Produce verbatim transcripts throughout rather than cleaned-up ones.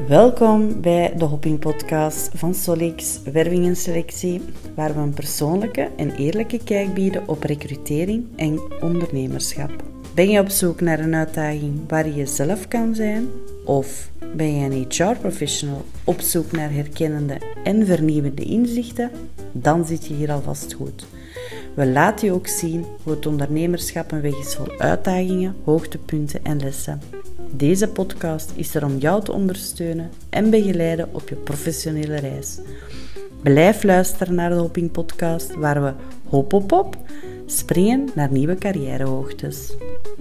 Welkom bij de Hopping Podcast van Solix Werving en Selectie, waar we een persoonlijke en eerlijke kijk bieden op recrutering en ondernemerschap. Ben je op zoek naar een uitdaging waar je jezelf kan zijn? Of ben je een H R-professional op zoek naar herkennende en vernieuwende inzichten? Dan zit je hier alvast goed. We laten je ook zien hoe het ondernemerschap een weg is vol uitdagingen, hoogtepunten en lessen. Deze podcast is er om jou te ondersteunen en begeleiden op je professionele reis. Blijf luisteren naar de Hopping Podcast, waar we hop hop hop springen naar nieuwe carrièrehoogtes.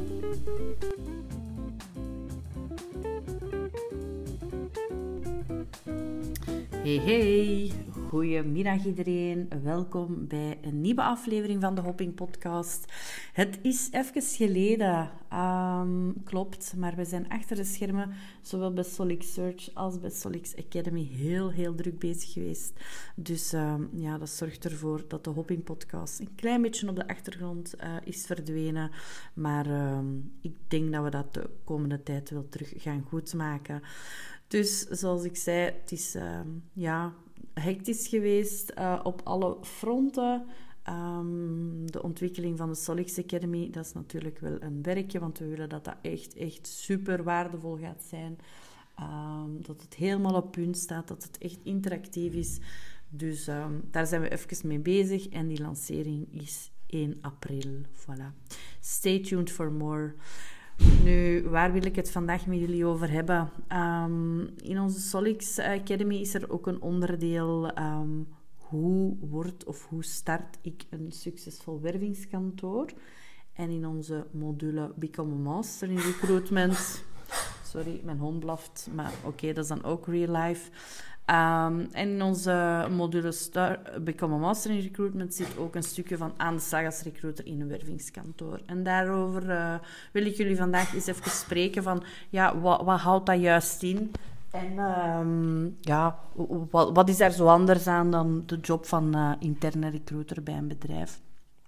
Hey hey, goedemiddag iedereen. Welkom bij een nieuwe aflevering van de Hopping Podcast. Het is even geleden, um, klopt, maar we zijn achter de schermen, zowel bij Solix Search als bij Solix Academy, heel, heel druk bezig geweest. Dus um, ja, dat zorgt ervoor dat de Hopping Podcast een klein beetje op de achtergrond uh, is verdwenen. Maar um, ik denk dat we dat de komende tijd wel terug gaan goedmaken. Dus zoals ik zei, het is uh, ja, hectisch geweest uh, op alle fronten. Um, de ontwikkeling van de Solix Academy, dat is natuurlijk wel een werkje, want we willen dat dat echt, echt super waardevol gaat zijn. Um, dat het helemaal op punt staat, dat het echt interactief is. Dus um, daar zijn we even mee bezig en die lancering is één april. Voilà. Stay tuned for more. Nu, waar wil ik het vandaag met jullie over hebben? Um, in onze Solix Academy is er ook een onderdeel... Um, hoe wordt of hoe start ik een succesvol wervingskantoor? En in onze module Become a Master in Recruitment... Sorry, mijn hond blaft, maar oké, okay, dat is dan ook real life... Um, en in onze module Star, Become a Master in Recruitment zit ook een stukje van aan de slag als recruiter in een wervingskantoor. En daarover uh, wil ik jullie vandaag eens even spreken van, ja, wat, wat houdt dat juist in? En um, ja, wat, wat is daar zo anders aan dan de job van uh, interne recruiter bij een bedrijf?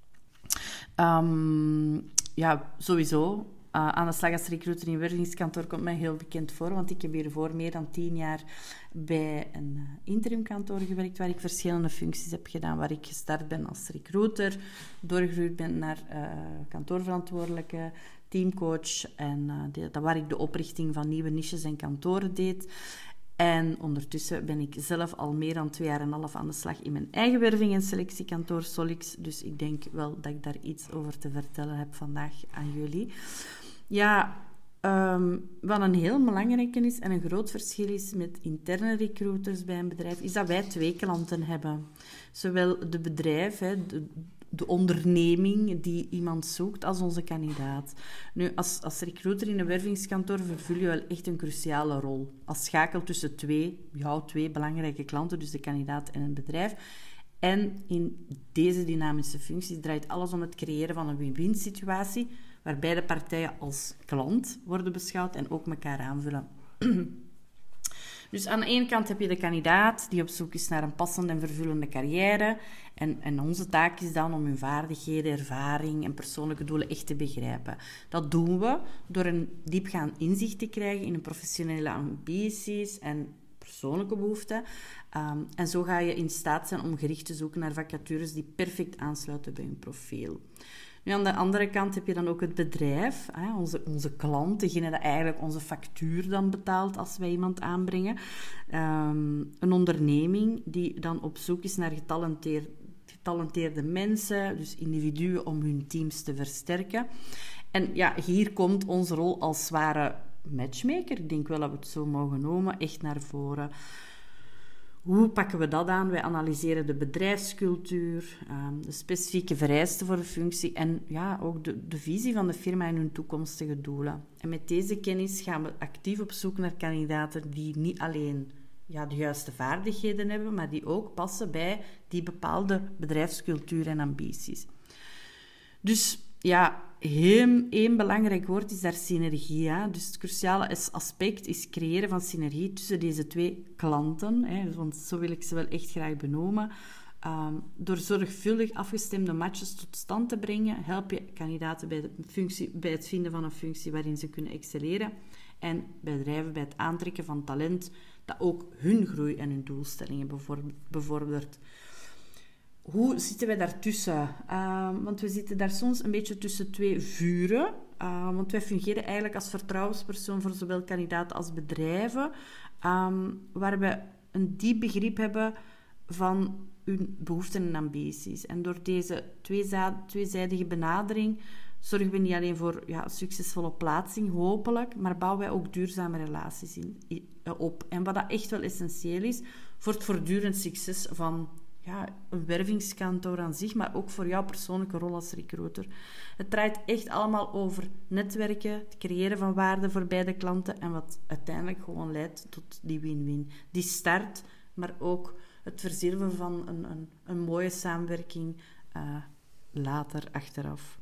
Um, ja, sowieso... Uh, aan de slag als recruiter in een wervingskantoor komt mij heel bekend voor, want ik heb hiervoor meer dan tien jaar bij een uh, interimkantoor gewerkt, waar ik verschillende functies heb gedaan, waar ik gestart ben als recruiter, doorgegroeid ben naar uh, kantoorverantwoordelijke, teamcoach, en uh, de, dat waar ik de oprichting van nieuwe niches en kantoren deed. En ondertussen ben ik zelf al meer dan twee jaar en een half aan de slag in mijn eigen werving- en selectiekantoor Solix. Dus ik denk wel dat ik daar iets over te vertellen heb vandaag aan jullie. Ja, um, wat een heel belangrijke is en een groot verschil is met interne recruiters bij een bedrijf, is dat wij twee klanten hebben. Zowel de bedrijf, hè, de, de onderneming die iemand zoekt, als onze kandidaat. Nu, als, als recruiter in een wervingskantoor vervul je wel echt een cruciale rol. Als schakel tussen twee, jouw twee belangrijke klanten, dus de kandidaat en het bedrijf. En in deze dynamische functie draait alles om het creëren van een win-win situatie, waar beide partijen als klant worden beschouwd en ook elkaar aanvullen. Dus aan de ene kant heb je de kandidaat die op zoek is naar een passende en vervullende carrière. En, en onze taak is dan om hun vaardigheden, ervaring en persoonlijke doelen echt te begrijpen. Dat doen we door een diepgaand inzicht te krijgen in hun professionele ambities en persoonlijke behoeften. Um, en zo ga je in staat zijn om gericht te zoeken naar vacatures die perfect aansluiten bij hun profiel. Nu, aan de andere kant heb je dan ook het bedrijf, hè, onze, onze klant, degene dat eigenlijk onze factuur dan betaalt als wij iemand aanbrengen. Um, een onderneming die dan op zoek is naar getalenteerd, getalenteerde mensen, dus individuen om hun teams te versterken. En ja, hier komt onze rol als ware matchmaker, ik denk wel dat we het zo mogen noemen, echt naar voren. Hoe pakken we dat aan? Wij analyseren de bedrijfscultuur, de specifieke vereisten voor de functie en ja, ook de, de visie van de firma en hun toekomstige doelen. En met deze kennis gaan we actief op zoek naar kandidaten die niet alleen ja, de juiste vaardigheden hebben, maar die ook passen bij die bepaalde bedrijfscultuur en ambities. Dus ja, heel, één belangrijk woord is daar synergie. Hè? Dus het cruciale aspect is creëren van synergie tussen deze twee klanten. Hè? Want zo wil ik ze wel echt graag benoemen. Um, door zorgvuldig afgestemde matches tot stand te brengen, help je kandidaten bij, de functie, bij het vinden van een functie waarin ze kunnen excelleren. en bedrijven bij het aantrekken van talent dat ook hun groei en hun doelstellingen bevordert. Hoe zitten wij daartussen? Uh, want we zitten daar soms een beetje tussen twee vuren. Uh, want wij fungeren eigenlijk als vertrouwenspersoon voor zowel kandidaten als bedrijven, um, waar we een diep begrip hebben van hun behoeften en ambities. En door deze tweeza- tweezijdige benadering zorgen we niet alleen voor ja, succesvolle plaatsing, hopelijk, maar bouwen wij ook duurzame relaties in, in, op. En wat dat echt wel essentieel is voor het voortdurend succes van ja, een wervingskantoor aan zich, maar ook voor jouw persoonlijke rol als recruiter. Het draait echt allemaal over netwerken, het creëren van waarde voor beide klanten en wat uiteindelijk gewoon leidt tot die win-win. Die start, maar ook het verzilveren van een, een, een mooie samenwerking uh, later, achteraf.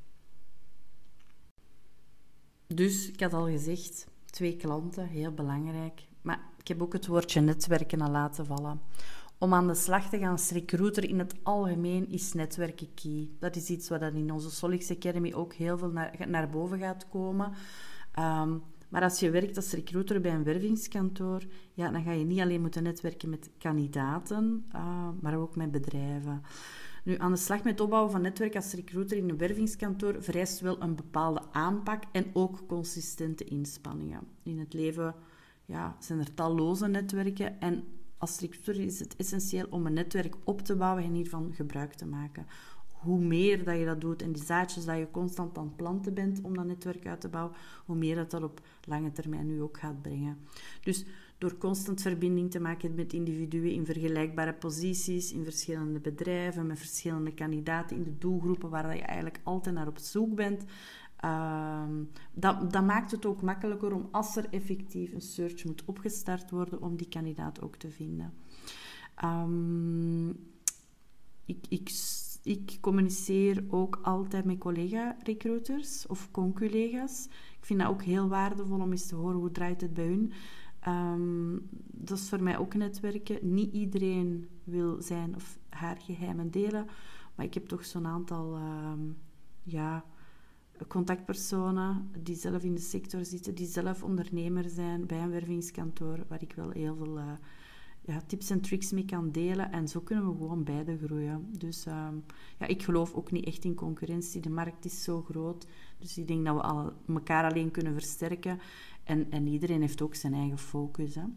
Dus, ik had al gezegd, twee klanten, heel belangrijk. Maar ik heb ook het woordje netwerken al laten vallen. Om aan de slag te gaan als recruiter in het algemeen is netwerken key. Dat is iets wat in onze Solix Academy ook heel veel naar, naar boven gaat komen. Um, maar als je werkt als recruiter bij een wervingskantoor, ja, dan ga je niet alleen moeten netwerken met kandidaten, uh, maar ook met bedrijven. Nu, aan de slag met het opbouwen van netwerk als recruiter in een wervingskantoor vereist wel een bepaalde aanpak en ook consistente inspanningen. In het leven ja, zijn er talloze netwerken en als recruiter is het essentieel om een netwerk op te bouwen en hiervan gebruik te maken. Hoe meer dat je dat doet en die zaadjes dat je constant aan het planten bent om dat netwerk uit te bouwen, hoe meer dat dat op lange termijn nu ook gaat brengen. Dus door constant verbinding te maken met individuen in vergelijkbare posities, in verschillende bedrijven, met verschillende kandidaten in de doelgroepen waar je eigenlijk altijd naar op zoek bent, Uh, dat, dat maakt het ook makkelijker om als er effectief een search moet opgestart worden, om die kandidaat ook te vinden. Um, ik, ik, ik communiceer ook altijd met collega-recruiters of conculega's. Ik vind dat ook heel waardevol om eens te horen hoe draait het bij hun. Um, dat is voor mij ook netwerken. Niet iedereen wil zijn of haar geheimen delen, maar ik heb toch zo'n aantal um, ja, contactpersonen die zelf in de sector zitten, die zelf ondernemer zijn bij een wervingskantoor, waar ik wel heel veel uh, ja, tips en tricks mee kan delen. En zo kunnen we gewoon beide groeien. Dus um, ja, ik geloof ook niet echt in concurrentie. De markt is zo groot. Dus ik denk dat we al, elkaar alleen kunnen versterken. En, en iedereen heeft ook zijn eigen focus. Hè.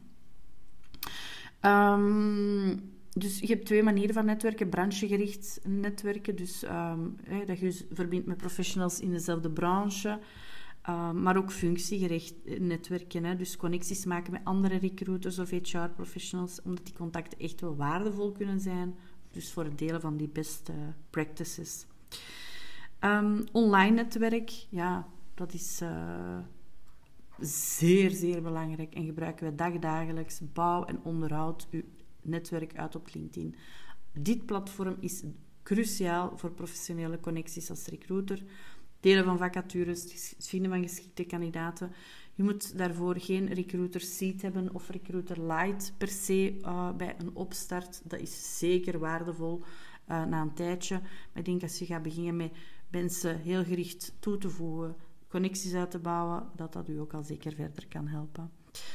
Um, Dus je hebt twee manieren van netwerken. Branchegericht netwerken, dus um, hè, dat je je verbindt met professionals in dezelfde branche. Uh, maar ook functiegericht netwerken, hè, dus connecties maken met andere recruiters of H R-professionals, omdat die contacten echt wel waardevol kunnen zijn. Dus voor het delen van die best uh, practices. Um, online netwerk, ja, dat is uh, zeer, zeer belangrijk en gebruiken we dagdagelijks. Bouw en onderhoud uw netwerk uit op LinkedIn. Dit platform is cruciaal voor professionele connecties als recruiter. Delen van vacatures, het vinden van geschikte kandidaten. Je moet daarvoor geen recruiter seat hebben of recruiter light per se uh, bij een opstart. Dat is zeker waardevol uh, na een tijdje. Maar ik denk als je gaat beginnen met mensen heel gericht toe te voegen, connecties uit te bouwen, dat dat u ook al zeker verder kan helpen.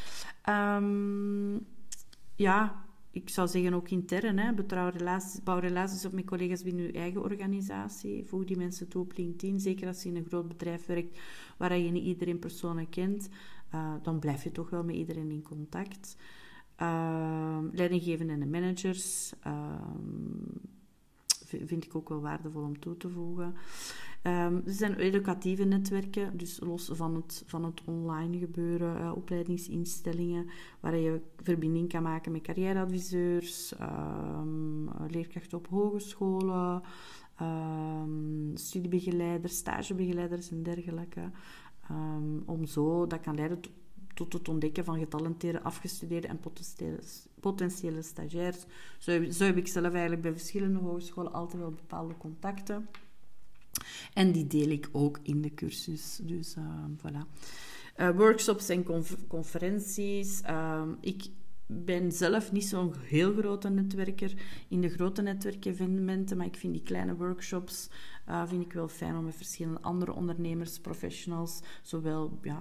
Um, ja... Ik zou zeggen ook intern, hè. Betrouw relaties, bouw relaties op met collega's binnen je eigen organisatie. Voeg die mensen toe op LinkedIn. Zeker als je in een groot bedrijf werkt waar je niet iedereen persoonlijk kent. Uh, dan blijf je toch wel met iedereen in contact. Uh, leidinggevenden en de managers uh, vind ik ook wel waardevol om toe te voegen. Um, er zijn educatieve netwerken, dus los van het, van het online gebeuren, uh, opleidingsinstellingen, waar je verbinding kan maken met carrièreadviseurs, um, leerkrachten op hogescholen, um, studiebegeleiders, stagebegeleiders en dergelijke. Um, om zo, dat kan leiden tot, tot het ontdekken van getalenteerde, afgestudeerde en potentiële, potentiële stagiairs. Zo heb, zo heb ik zelf eigenlijk bij verschillende hogescholen altijd wel bepaalde contacten. En die deel ik ook in de cursus. Dus uh, voilà. Uh, workshops en conf- conferenties. Uh, ik ben zelf niet zo'n heel grote netwerker in de grote netwerkevenementen, maar ik vind die kleine workshops uh, vind ik wel fijn om met verschillende andere ondernemers, professionals, zowel ja,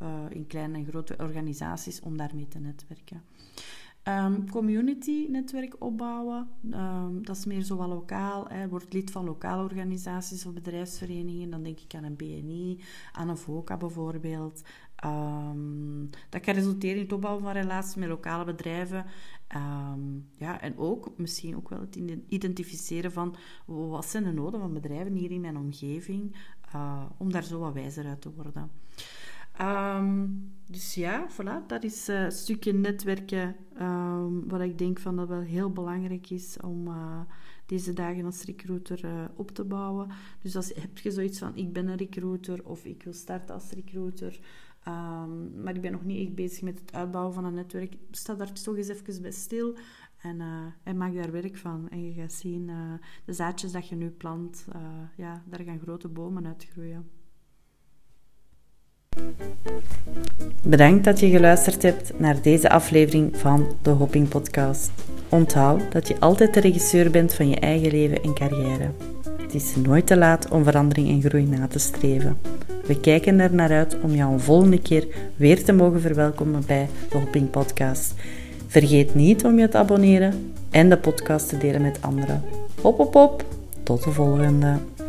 uh, in kleine en grote organisaties om daarmee te netwerken. Um, community netwerk opbouwen, um, dat is meer zo wat lokaal. Hè. Word lid van lokale organisaties of bedrijfsverenigingen. Dan denk ik aan een B N I, aan een VOCA bijvoorbeeld. Um, dat kan resulteren in het opbouwen van relaties met lokale bedrijven. Um, ja, en ook misschien ook wel het identificeren van wat zijn de noden van bedrijven hier in mijn omgeving, uh, om daar zo wat wijzer uit te worden. Um, dus ja, voilà, dat is uh, een stukje netwerken um, wat ik denk van dat wel heel belangrijk is om uh, deze dagen als recruiter uh, op te bouwen. Dus als heb je zoiets van, ik ben een recruiter of ik wil starten als recruiter, um, maar ik ben nog niet echt bezig met het uitbouwen van een netwerk, sta daar toch eens even bij stil en, uh, en maak daar werk van. En je gaat zien, uh, de zaadjes dat je nu plant, uh, ja, daar gaan grote bomen uitgroeien. Bedankt dat je geluisterd hebt naar deze aflevering van de Hopping Podcast. Onthoud dat je altijd de regisseur bent van je eigen leven en carrière. Het is nooit te laat om verandering en groei na te streven. We kijken er naar uit om jou een volgende keer weer te mogen verwelkomen bij de Hopping Podcast. Vergeet niet om je te abonneren en de podcast te delen met anderen. Hop, hop, hop. Tot de volgende.